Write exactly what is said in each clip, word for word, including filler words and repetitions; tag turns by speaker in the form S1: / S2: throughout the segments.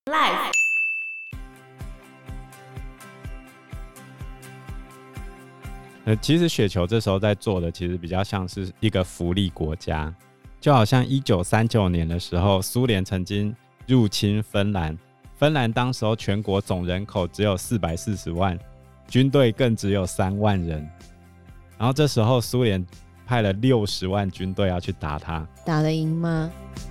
S1: Life。
S2: 呃，其实雪球这时候在做的，其实比较像是一个福利国家，就好像一九三九年的时候，苏联曾经入侵芬兰，芬兰当时候全国总人口只有四百四十万，军队更只有三万人，然后这时候苏联派了六十万军队要去打他，
S1: 打得赢吗？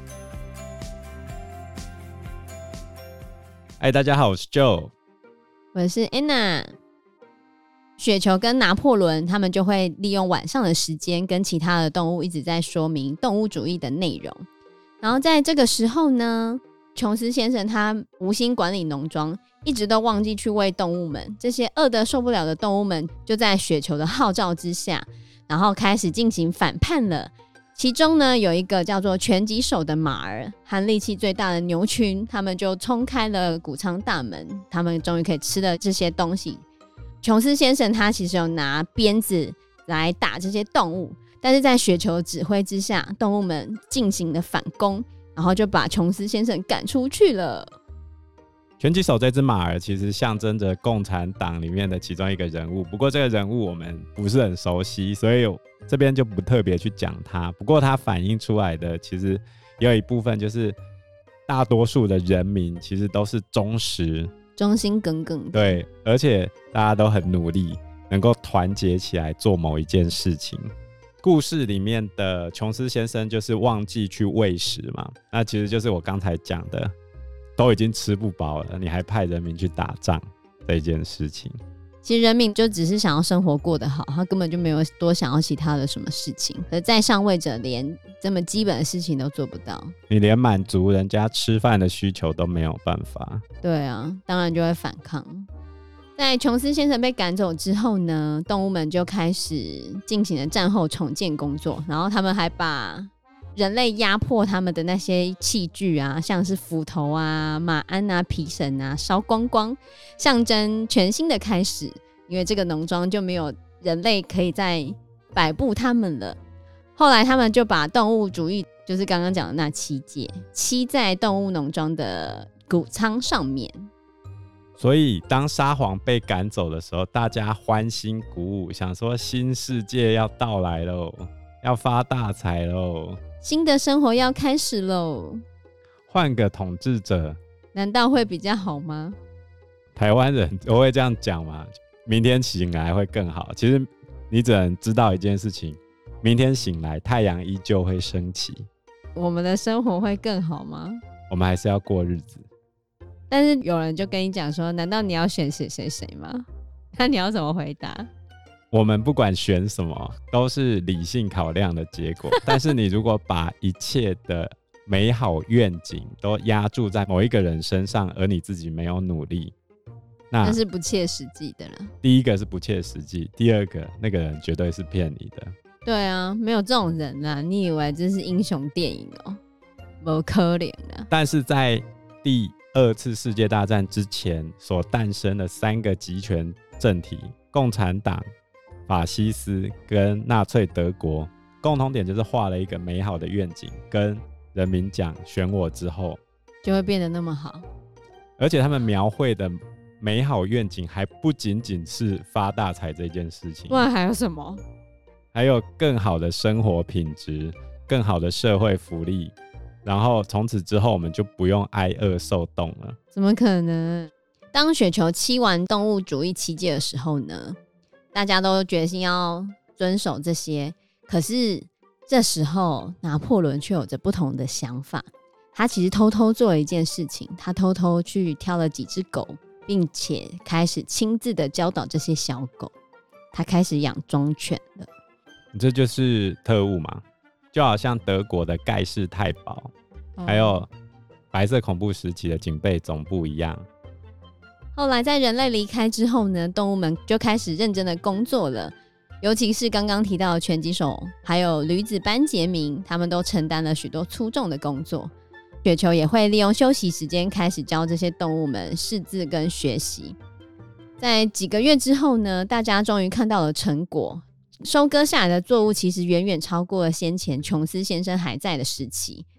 S2: 哎，大家好，我是 Joe，
S1: 我是 Anna。雪球跟拿破仑他们就会利用晚上的时间跟其他的动物一直在说明动物主义的内容。然后在这个时候呢，琼斯先生他无心管理农庄，一直都忘记去喂动物们。这些饿得受不了的动物们就在雪球的号召之下，然后开始进行反叛了。其中呢，有一个叫做拳击手的马儿和力气最大的牛群，他们就冲开了谷仓大门，他们终于可以吃了这些东西。琼斯先生他其实有拿鞭子来打这些动物，但是在雪球指挥之下，动物们进行了反攻，然后就把琼斯先生赶出去了。
S2: 拳击手这只马儿其实象征着共产党里面的其中一个人物，不过这个人物我们不是很熟悉，所以这边就不特别去讲他。不过它反映出来的其实也有一部分就是大多数的人民其实都是忠实
S1: 忠心耿耿的，
S2: 对，而且大家都很努力，能够团结起来做某一件事情。故事里面的琼斯先生就是忘记去喂食嘛，那其实就是我刚才讲的，都已经吃不饱了，你还派人民去打仗这件事情。
S1: 其实人民就只是想要生活过得好，他根本就没有多想要其他的什么事情。可是在上位者连这么基本的事情都做不到，
S2: 你连满足人家吃饭的需求都没有办法。
S1: 对啊，当然就会反抗。在琼斯先生被赶走之后呢，动物们就开始进行了战后重建工作，然后他们还把人类压迫他们的那些器具啊，像是斧头啊、马鞍啊、皮绳啊烧光光，象征全新的开始。因为这个农庄就没有人类可以再摆布他们了。后来他们就把动物主义，就是刚刚讲的那七戒，漆在动物农庄的谷仓上面。
S2: 所以当沙皇被赶走的时候，大家欢欣鼓舞，想说新世界要到来咯，要发大财咯，
S1: 新的生活要开始咯，
S2: 换个统治者
S1: 难道会比较好吗？
S2: 台湾人都会这样讲嘛，明天醒来会更好。其实你只能知道一件事情，明天醒来太阳依旧会升起。
S1: 我们的生活会更好吗？
S2: 我们还是要过日子。
S1: 但是有人就跟你讲说，难道你要选谁谁谁吗？那你要怎么回答？
S2: 我们不管选什么都是理性考量的结果但是你如果把一切的美好愿景都压注在某一个人身上，而你自己没有努力，那
S1: 那是不切实际的了。
S2: 第一个是不切实际，第二个那个人绝对是骗你的。
S1: 对啊，没有这种人啊，你以为这是英雄电影哦？不可能啊。
S2: 但是在第二次世界大战之前所诞生的三个集权政体，共产党、法西斯跟纳粹德国，共同点就是画了一个美好的愿景，跟人民讲选我之后
S1: 就会变得那么好。
S2: 而且他们描绘的美好愿景还不仅仅是发大财这件事情，
S1: 不然还有什么？
S2: 还有更好的生活品质，更好的社会福利，然后从此之后我们就不用挨饿受冻了。
S1: 怎么可能？当雪球漆完动物主义七戒的时候呢，大家都决心要遵守这些。可是这时候拿破仑却有着不同的想法，他其实偷偷做了一件事情，他偷偷去挑了几只狗，并且开始亲自的教导这些小狗，他开始养忠犬了。
S2: 这就是特务嘛，就好像德国的盖世太保、哦、还有白色恐怖时期的警备总部一样。
S1: 后来在人类离开之后呢，动物们就开始认真的工作了，尤其是刚刚提到的拳击手还有驴子班杰明，他们都承担了许多粗重的工作。雪球也会利用休息时间开始教这些动物们识字跟学习。在几个月之后呢，大家终于看到了成果，收割下来的作物其实远远超过了先前琼斯先生还在的时期。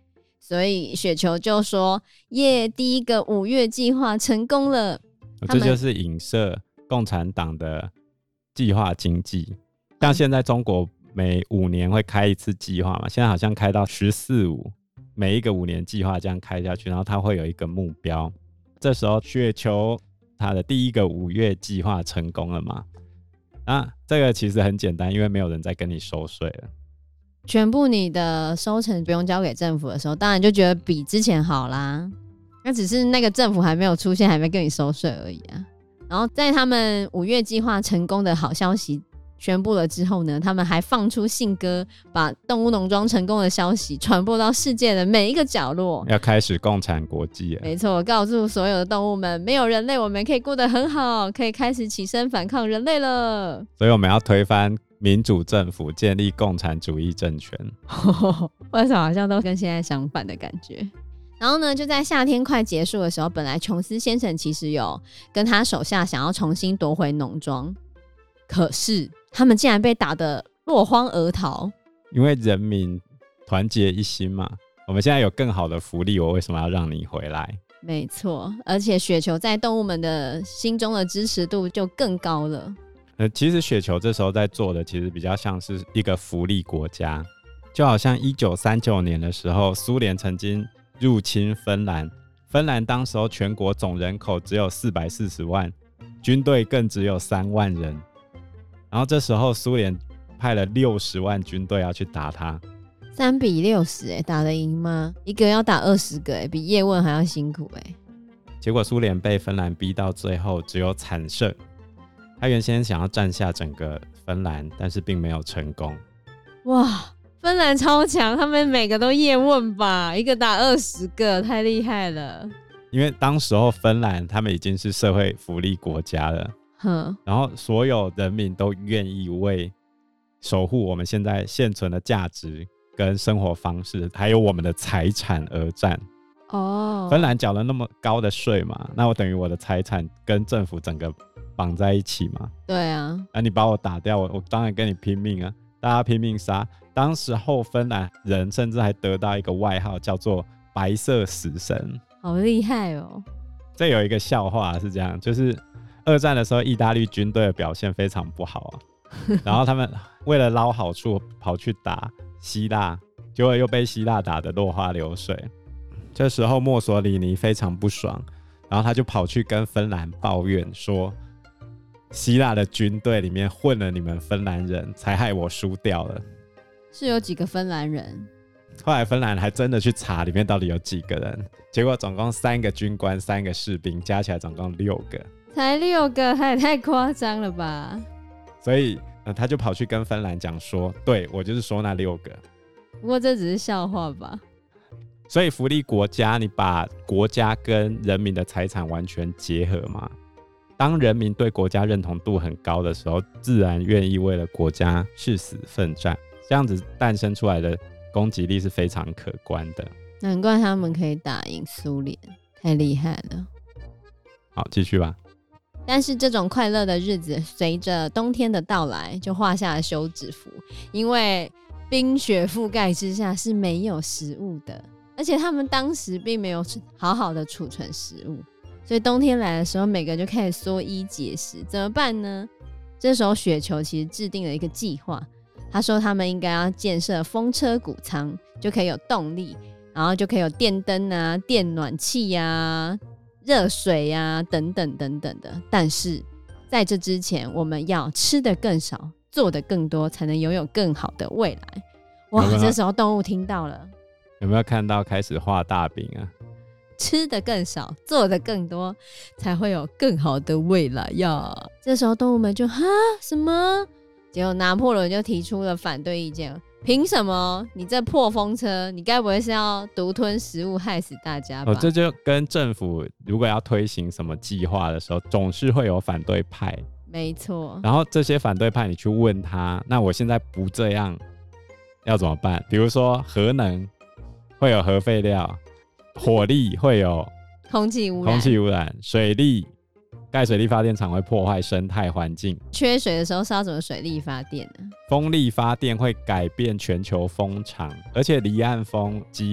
S1: 所以雪球就说耶，第一个五月计划成功了。
S2: 这就是影射共产党的计划经济。像现在中国每五年会开一次计划嘛，现在好像开到十四五，每一个五年计划这样开下去，然后它会有一个目标。这时候雪球它的第一个五月计划成功了嘛？那这个其实很简单，因为没有人再跟你收税了，
S1: 全部你的收成不用交给政府的时候，当然就觉得比之前好啦。那只是那个政府还没有出现，还没跟你收税而已啊。然后在他们五月计划成功的好消息宣布了之后呢，他们还放出信鸽，把动物农庄成功的消息传播到世界的每一个角落。
S2: 要开始共产国际了。
S1: 没错，告诉所有的动物们，没有人类我们可以过得很好，可以开始起身反抗人类了。
S2: 所以我们要推翻民主政府，建立共产主义政权。
S1: 为什么好像都跟现在相反的感觉？然后呢，就在夏天快结束的时候，本来琼斯先生其实有跟他手下想要重新夺回农庄，可是他们竟然被打得落荒而逃。
S2: 因为人民团结一心嘛，我们现在有更好的福利，我为什么要让你回来？
S1: 没错，而且雪球在动物们的心中的支持度就更高了。
S2: 呃，其实雪球这时候在做的其实比较像是一个福利国家，就好像一九三九年的时候，苏联曾经入侵芬兰，芬兰当时候全国总人口只有四百四十万，军队更只有三万人，然后这时候苏联派了六十万军队要去打他，
S1: 三比六十，哎，打得赢吗？一个要打二十个，哎，比叶问还要辛苦，哎。
S2: 结果苏联被芬兰逼到最后只有惨胜，他原先想要占下整个芬兰，但是并没有成功。
S1: 哇！芬兰超强，他们每个都叶问吧，一个打二十个，太厉害了。
S2: 因为当时候芬兰他们已经是社会福利国家了，
S1: 哼，
S2: 然后所有人民都愿意为守护我们现在现存的价值跟生活方式，还有我们的财产而战。
S1: 哦，
S2: 芬兰缴了那么高的税嘛，那我等于我的财产跟政府整个绑在一起嘛。
S1: 对啊，
S2: 那你把我打掉，我我当然跟你拼命啊，大家拼命杀。当时候芬兰人甚至还得到一个外号叫做白色死神，
S1: 好厉害哦。
S2: 这有一个笑话是这样，就是二战的时候意大利军队的表现非常不好啊，然后他们为了捞好处跑去打希腊，结果又被希腊打得落花流水。这时候墨索里尼非常不爽，然后他就跑去跟芬兰抱怨说，希腊的军队里面混了你们芬兰人，才害我输掉了。
S1: 是有几个芬兰人？
S2: 后来芬兰还真的去查里面到底有几个人，结果总共三个军官三个士兵，加起来总共六个。
S1: 才六个，他也太夸张了吧。
S2: 所以、呃、他就跑去跟芬兰讲说，对，我就是说那六个。
S1: 不过这只是笑话吧。
S2: 所以福利国家，你把国家跟人民的财产完全结合嘛，当人民对国家认同度很高的时候，自然愿意为了国家誓死奋战，这样子诞生出来的攻击力是非常可观的。
S1: 难怪他们可以打赢苏联，太厉害了。
S2: 好，继续吧。
S1: 但是这种快乐的日子随着冬天的到来就画下了休止符，因为冰雪覆盖之下是没有食物的，而且他们当时并没有好好的储存食物，所以冬天来的时候每个就开始缩衣节食，怎么办呢？这时候雪球其实制定了一个计划，他说他们应该要建设风车谷仓，就可以有动力，然后就可以有电灯啊、电暖气啊、热水啊等等等等的。但是在这之前，我们要吃的更少，做的更多，才能拥有更好的未来。哇，
S2: 有没有
S1: 这时候动物听到了，
S2: 有没有看到开始画大饼啊？
S1: 吃的更少，做的更多，才会有更好的未来呀。这时候动物们就哈什么？结果拿破仑就提出了反对意见，凭什么你这破风车，你该不会是要独吞食物害死大家吧？
S2: 哦，这就跟政府如果要推行什么计划的时候，总是会有反对派。
S1: 没错。
S2: 然后这些反对派，你去问他，那我现在不这样，要怎么办？比如说核能会有核废料，火力会有
S1: 空气污染，
S2: 空气污染，水力盖水力发电厂会破坏生态环境，
S1: 缺水的时候是要怎么水力发电呢？
S2: 风力发电会改变全球风场，而且离岸风及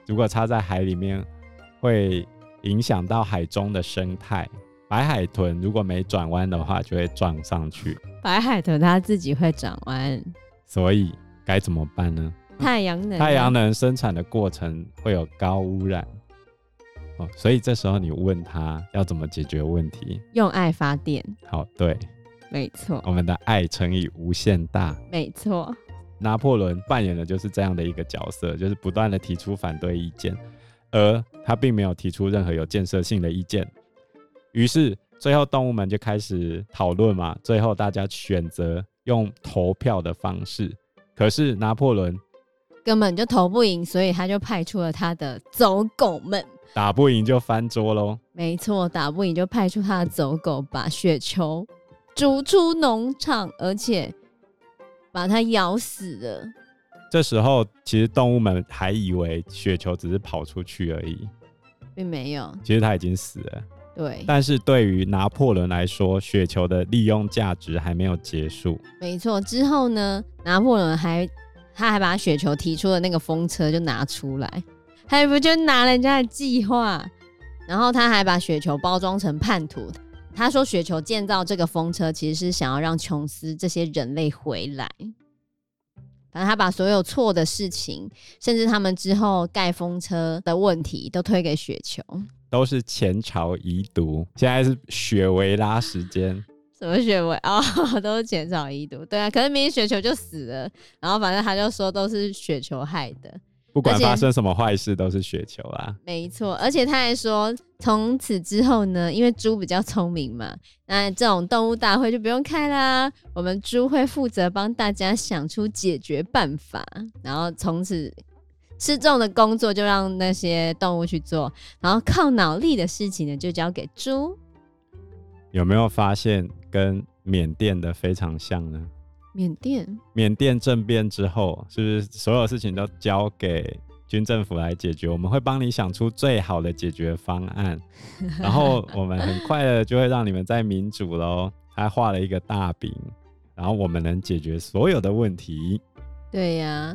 S2: 如果插在海里面会影响到海中的生态，白海豚如果没转弯的话就会撞上去。
S1: 白海豚它自己会转弯，
S2: 所以该怎么办呢？
S1: 太阳能、啊、
S2: 太阳能生产的过程会有高污染、哦、所以这时候你问他要怎么解决问题，
S1: 用爱发电。
S2: 好，对，
S1: 没错，
S2: 我们的爱乘以无限大。
S1: 没错，
S2: 拿破仑扮演的就是这样的一个角色，就是不断的提出反对意见，而他并没有提出任何有建设性的意见。于是最后动物们就开始讨论嘛，最后大家选择用投票的方式，可是拿破仑
S1: 根本就投不赢，所以他就派出了他的走狗们。
S2: 打不赢就翻桌咯。
S1: 没错，打不赢就派出他的走狗，把雪球逐出农场，而且把它咬死了。
S2: 这时候其实动物们还以为雪球只是跑出去而已，
S1: 并没有，
S2: 其实它已经死了。
S1: 对，
S2: 但是对于拿破仑来说，雪球的利用价值还没有结束。
S1: 没错，之后呢，拿破仑还他还把雪球提出的那个风车就拿出来，还不就拿人家的计划，然后他还把雪球包装成叛徒。他说雪球建造这个风车其实是想要让琼斯这些人类回来，反正他把所有错的事情，甚至他们之后盖风车的问题都推给雪球，
S2: 都是前朝遗毒。现在是雪维拉时间。
S1: 什么雪维哦，都是前朝遗毒。对啊，可是明明雪球就死了，然后反正他就说都是雪球害的，
S2: 不管发生什么坏事都是雪球啦。
S1: 没错，而且他还说从此之后呢，因为猪比较聪明嘛，那这种动物大会就不用开啦，我们猪会负责帮大家想出解决办法，然后从此吃重的工作就让那些动物去做，然后靠脑力的事情呢就交给猪。
S2: 有没有发现跟缅甸的非常像呢？
S1: 缅甸
S2: 缅甸政变之后，是不是所有事情都交给军政府来解决？我们会帮你想出最好的解决方案，然后我们很快的就会让你们在民主咯。他画了一个大饼，然后我们能解决所有的问题。
S1: 对呀、啊，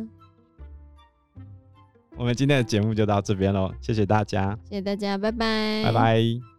S2: 我们今天的节目就到这边咯，谢谢大家，
S1: 谢谢大家，拜拜，
S2: 拜拜。